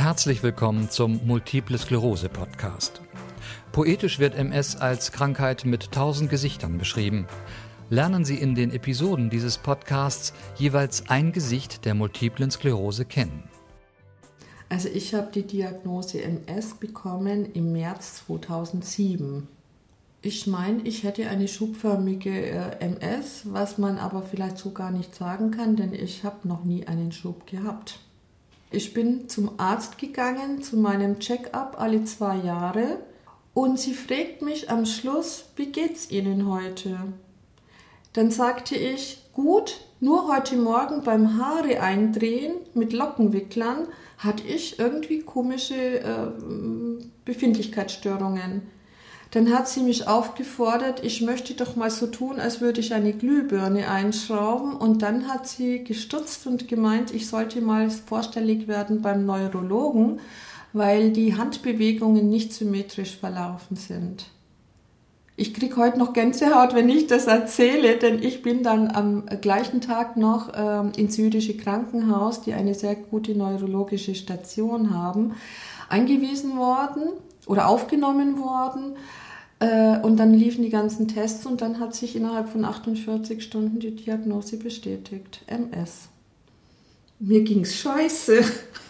Herzlich willkommen zum Multiple Sklerose Podcast. Poetisch wird MS als Krankheit mit 1000 Gesichtern beschrieben. Lernen Sie in den Episoden dieses Podcasts jeweils ein Gesicht der multiplen Sklerose kennen. Also ich habe die Diagnose MS bekommen im März 2007. Ich meine, ich hätte eine schubförmige MS, was man aber vielleicht so gar nicht sagen kann, denn ich habe noch nie einen Schub gehabt. Ich bin zum Arzt gegangen, zu meinem Check-up alle 2 Jahre und sie fragt mich am Schluss, wie geht's Ihnen heute? Dann sagte ich, gut, nur heute Morgen beim Haare eindrehen mit Lockenwicklern hatte ich irgendwie komische Befindlichkeitsstörungen. Dann hat sie mich aufgefordert, ich möchte doch mal so tun, als würde ich eine Glühbirne einschrauben. Und dann hat sie gestutzt und gemeint, ich sollte mal vorstellig werden beim Neurologen, weil die Handbewegungen nicht symmetrisch verlaufen sind. Ich kriege heute noch Gänsehaut, wenn ich das erzähle, denn ich bin dann am gleichen Tag noch ins jüdische Krankenhaus, die eine sehr gute neurologische Station haben, eingewiesen worden oder aufgenommen worden. Und dann liefen die ganzen Tests und dann hat sich innerhalb von 48 Stunden die Diagnose bestätigt. MS. Mir ging's scheiße.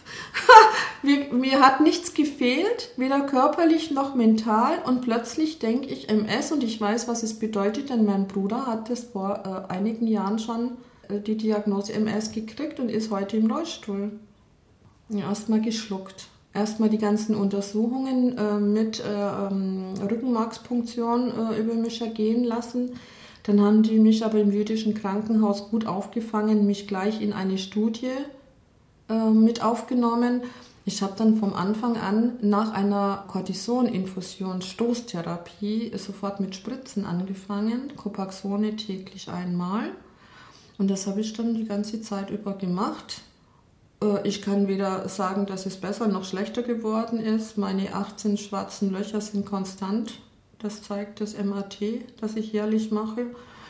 Mir hat nichts gefehlt, weder körperlich noch mental. Und plötzlich denke ich MS und ich weiß, was es bedeutet, denn mein Bruder hat das vor einigen Jahren schon die Diagnose MS gekriegt und ist heute im Rollstuhl. Erstmal geschluckt. Erstmal die ganzen Untersuchungen mit Rückenmarkspunktion über mich ergehen lassen. Dann haben die mich aber im jüdischen Krankenhaus gut aufgefangen, mich gleich in eine Studie mit aufgenommen. Ich habe dann vom Anfang an nach einer Cortisoninfusion, Stoßtherapie, sofort mit Spritzen angefangen, Copaxone täglich einmal. Und das habe ich dann die ganze Zeit über gemacht. Ich kann weder sagen, dass es besser noch schlechter geworden ist. Meine 18 schwarzen Löcher sind konstant. Das zeigt das MRT, das ich jährlich mache.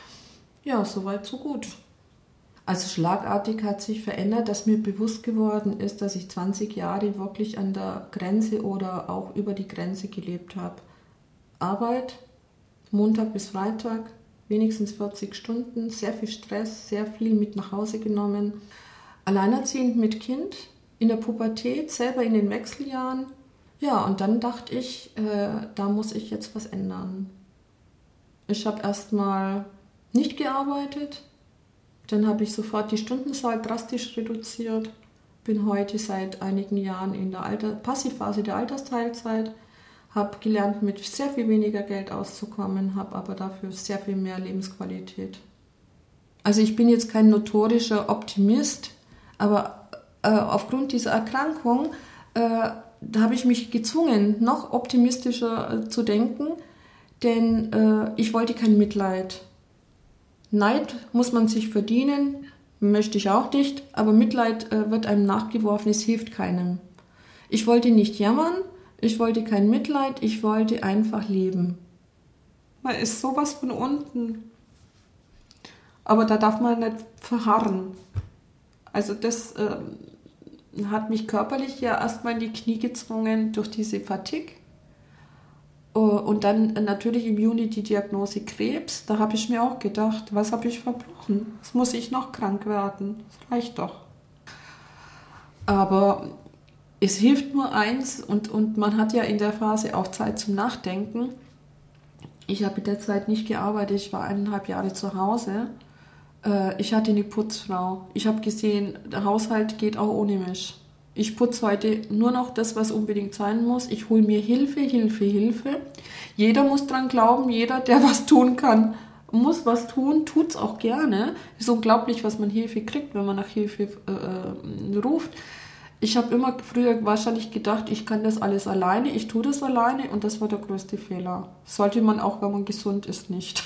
Ja, soweit, so gut. Also schlagartig hat sich verändert, dass mir bewusst geworden ist, dass ich 20 Jahre wirklich an der Grenze oder auch über die Grenze gelebt habe. Arbeit, Montag bis Freitag, wenigstens 40 Stunden, sehr viel Stress, sehr viel mit nach Hause genommen. Alleinerziehend mit Kind, in der Pubertät, selber in den Wechseljahren. Ja, und dann dachte ich, da muss ich jetzt was ändern. Ich habe erstmal nicht gearbeitet, dann habe ich sofort die Stundenzahl drastisch reduziert, bin heute seit einigen Jahren in der Passivphase der Altersteilzeit, habe gelernt, mit sehr viel weniger Geld auszukommen, habe aber dafür sehr viel mehr Lebensqualität. Also ich bin jetzt kein notorischer Optimist, aber aufgrund dieser Erkrankung da habe ich mich gezwungen, noch optimistischer zu denken, denn ich wollte kein Mitleid. Neid muss man sich verdienen, möchte ich auch nicht, aber Mitleid wird einem nachgeworfen, es hilft keinem. Ich wollte nicht jammern, ich wollte kein Mitleid, ich wollte einfach leben. Man ist sowas von unten, aber da darf man nicht verharren. Also das hat mich körperlich ja erstmal in die Knie gezwungen durch diese Fatigue. Und dann natürlich im Juni die Diagnose Krebs. Da habe ich mir auch gedacht, was habe ich verbrochen? Jetzt muss ich noch krank werden. Das reicht doch. Aber es hilft nur eins und man hat ja in der Phase auch Zeit zum Nachdenken. Ich habe in der Zeit nicht gearbeitet, ich war 1,5 Jahre zu Hause. Ich hatte eine Putzfrau. Ich habe gesehen, der Haushalt geht auch ohne mich. Ich putze heute nur noch das, was unbedingt sein muss. Ich hole mir Hilfe. Jeder muss dran glauben, jeder, der was tun kann, muss was tun, tut es auch gerne. Es ist unglaublich, was man Hilfe kriegt, wenn man nach Hilfe ruft. Ich habe immer früher wahrscheinlich gedacht, ich kann das alles alleine, ich tue das alleine und das war der größte Fehler. Sollte man auch, wenn man gesund ist, nicht.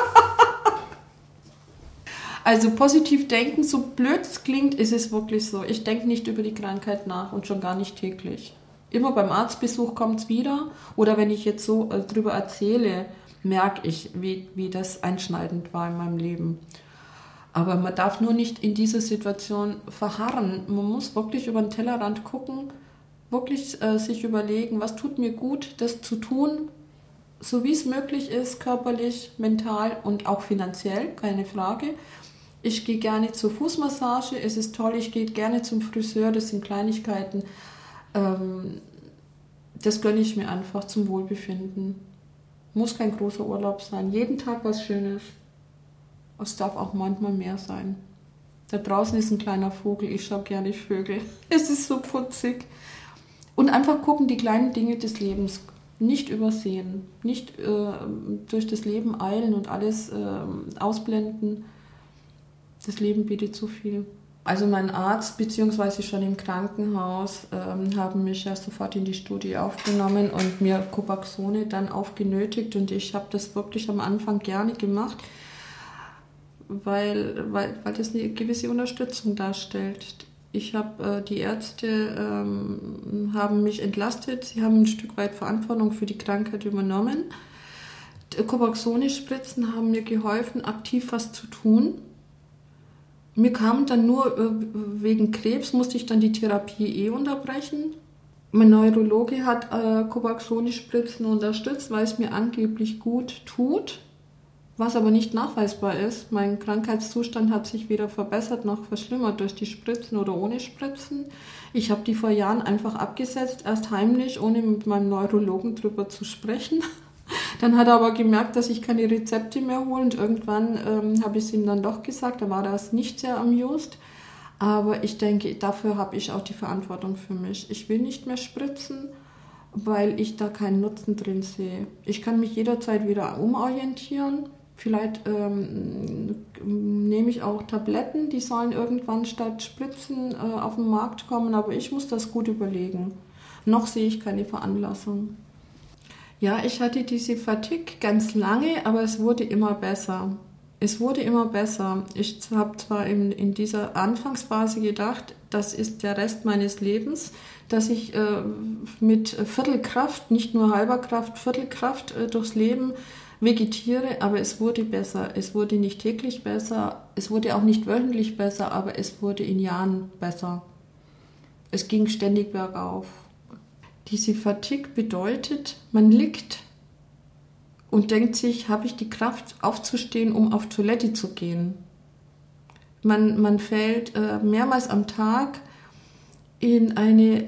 Also positiv denken, so blöd es klingt, ist es wirklich so. Ich denke nicht über die Krankheit nach und schon gar nicht täglich. Immer beim Arztbesuch kommt es wieder oder wenn ich jetzt so drüber erzähle, merke ich, wie das einschneidend war in meinem Leben. Aber man darf nur nicht in dieser Situation verharren. Man muss wirklich über den Tellerrand gucken, wirklich sich überlegen, was tut mir gut, das zu tun, so wie es möglich ist, körperlich, mental und auch finanziell, keine Frage. Ich gehe gerne zur Fußmassage, es ist toll, ich gehe gerne zum Friseur, das sind Kleinigkeiten. Das gönne ich mir einfach zum Wohlbefinden. Muss kein großer Urlaub sein, jeden Tag was Schönes. Es darf auch manchmal mehr sein. Da draußen ist ein kleiner Vogel, ich schaue gerne Vögel. Es ist so putzig. Und einfach gucken, die kleinen Dinge des Lebens nicht übersehen, nicht durch das Leben eilen und alles ausblenden. Das Leben bietet zu viel. Also mein Arzt bzw. schon im Krankenhaus haben mich ja sofort in die Studie aufgenommen und mir Copaxone dann aufgenötigt und ich habe das wirklich am Anfang gerne gemacht, weil das eine gewisse Unterstützung darstellt. Die Ärzte haben mich entlastet, sie haben ein Stück weit Verantwortung für die Krankheit übernommen. Copaxone-Spritzen haben mir geholfen, aktiv was zu tun. Mir kam dann nur wegen Krebs, musste ich dann die Therapie unterbrechen. Mein Neurologe hat Copaxone-Spritzen unterstützt, weil es mir angeblich gut tut, was aber nicht nachweisbar ist. Mein Krankheitszustand hat sich weder verbessert noch verschlimmert durch die Spritzen oder ohne Spritzen. Ich habe die vor Jahren einfach abgesetzt, erst heimlich, ohne mit meinem Neurologen drüber zu sprechen. Dann hat er aber gemerkt, dass ich keine Rezepte mehr hole und irgendwann habe ich es ihm dann doch gesagt, da war das nicht sehr amused. Aber ich denke, dafür habe ich auch die Verantwortung für mich. Ich will nicht mehr spritzen, weil ich da keinen Nutzen drin sehe. Ich kann mich jederzeit wieder umorientieren. Vielleicht nehme ich auch Tabletten, die sollen irgendwann statt Spritzen auf den Markt kommen, aber ich muss das gut überlegen. Noch sehe ich keine Veranlassung. Ja, ich hatte diese Fatigue ganz lange, aber es wurde immer besser. Es wurde immer besser. Ich habe zwar in dieser Anfangsphase gedacht, das ist der Rest meines Lebens, dass ich mit Viertelkraft, nicht nur halber Kraft, Viertelkraft durchs Leben vegetiere, aber es wurde besser. Es wurde nicht täglich besser, es wurde auch nicht wöchentlich besser, aber es wurde in Jahren besser. Es ging ständig bergauf. Diese Fatigue bedeutet, man liegt und denkt sich, habe ich die Kraft aufzustehen, um auf Toilette zu gehen? Man fällt mehrmals am Tag in eine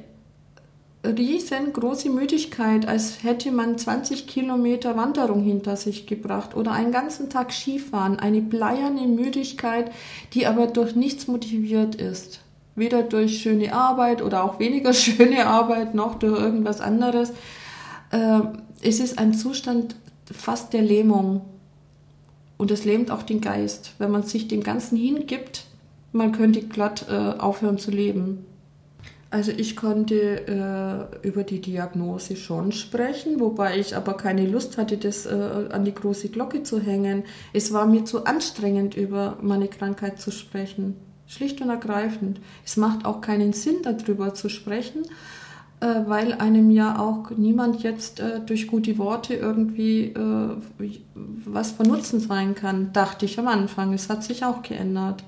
riesengroße Müdigkeit, als hätte man 20 Kilometer Wanderung hinter sich gebracht oder einen ganzen Tag Skifahren. Eine bleierne Müdigkeit, die aber durch nichts motiviert ist. Weder durch schöne Arbeit oder auch weniger schöne Arbeit, noch durch irgendwas anderes. Es ist ein Zustand fast der Lähmung. Und es lähmt auch den Geist. Wenn man sich dem Ganzen hingibt, man könnte glatt aufhören zu leben. Also ich konnte über die Diagnose schon sprechen, wobei ich aber keine Lust hatte, das an die große Glocke zu hängen. Es war mir zu anstrengend, über meine Krankheit zu sprechen. Schlicht und ergreifend. Es macht auch keinen Sinn, darüber zu sprechen, weil einem ja auch niemand jetzt durch gute Worte irgendwie was von Nutzen sein kann, dachte ich am Anfang. Es hat sich auch geändert.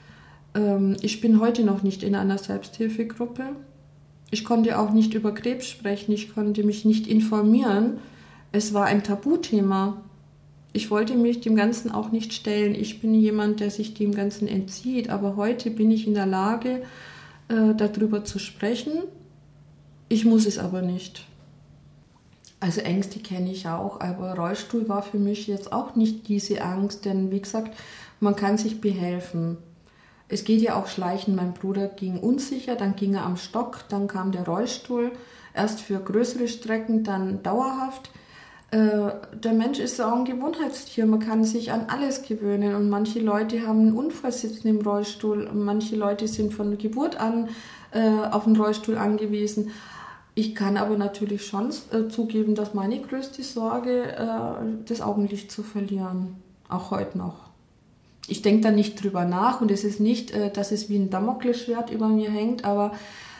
Ich bin heute noch nicht in einer Selbsthilfegruppe. Ich konnte auch nicht über Krebs sprechen, ich konnte mich nicht informieren. Es war ein Tabuthema. Ich wollte mich dem Ganzen auch nicht stellen. Ich bin jemand, der sich dem Ganzen entzieht. Aber heute bin ich in der Lage, darüber zu sprechen. Ich muss es aber nicht. Also Ängste kenne ich auch, aber Rollstuhl war für mich jetzt auch nicht diese Angst. Denn wie gesagt, man kann sich behelfen. Es geht ja auch schleichen. Mein Bruder ging unsicher, dann ging er am Stock, dann kam der Rollstuhl. Erst für größere Strecken, dann dauerhaft. Der Mensch ist auch ein Gewohnheitstier, man kann sich an alles gewöhnen und manche Leute haben einen Unfall, sitzen im Rollstuhl und manche Leute sind von Geburt an auf den Rollstuhl angewiesen. Ich kann aber natürlich schon zugeben, dass meine größte Sorge das Augenlicht zu verlieren, auch heute noch. Ich denke da nicht drüber nach und es ist nicht, dass es wie ein Damoklesschwert über mir hängt, aber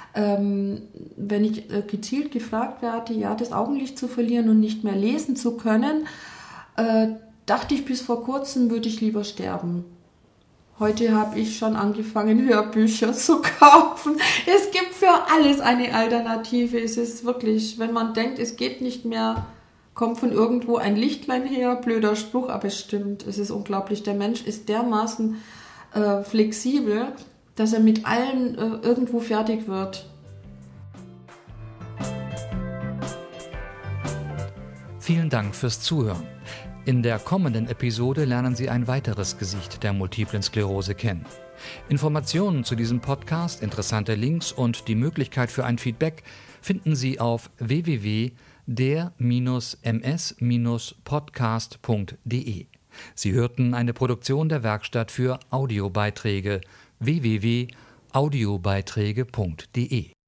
wenn ich gezielt gefragt werde, ja, das Augenlicht zu verlieren und nicht mehr lesen zu können, dachte ich bis vor kurzem, würde ich lieber sterben. Heute habe ich schon angefangen, Hörbücher zu kaufen. Es gibt für alles eine Alternative. Es ist wirklich, wenn man denkt, es geht nicht mehr, kommt von irgendwo ein Lichtlein her. Blöder Spruch, aber es stimmt. Es ist unglaublich. Der Mensch ist dermaßen flexibel, dass er mit allen irgendwo fertig wird. Vielen Dank fürs Zuhören. In der kommenden Episode lernen Sie ein weiteres Gesicht der multiplen Sklerose kennen. Informationen zu diesem Podcast, interessante Links und die Möglichkeit für ein Feedback finden Sie auf www.der-ms-podcast.de. Sie hörten eine Produktion der Werkstatt für Audiobeiträge www.audiobeiträge.de.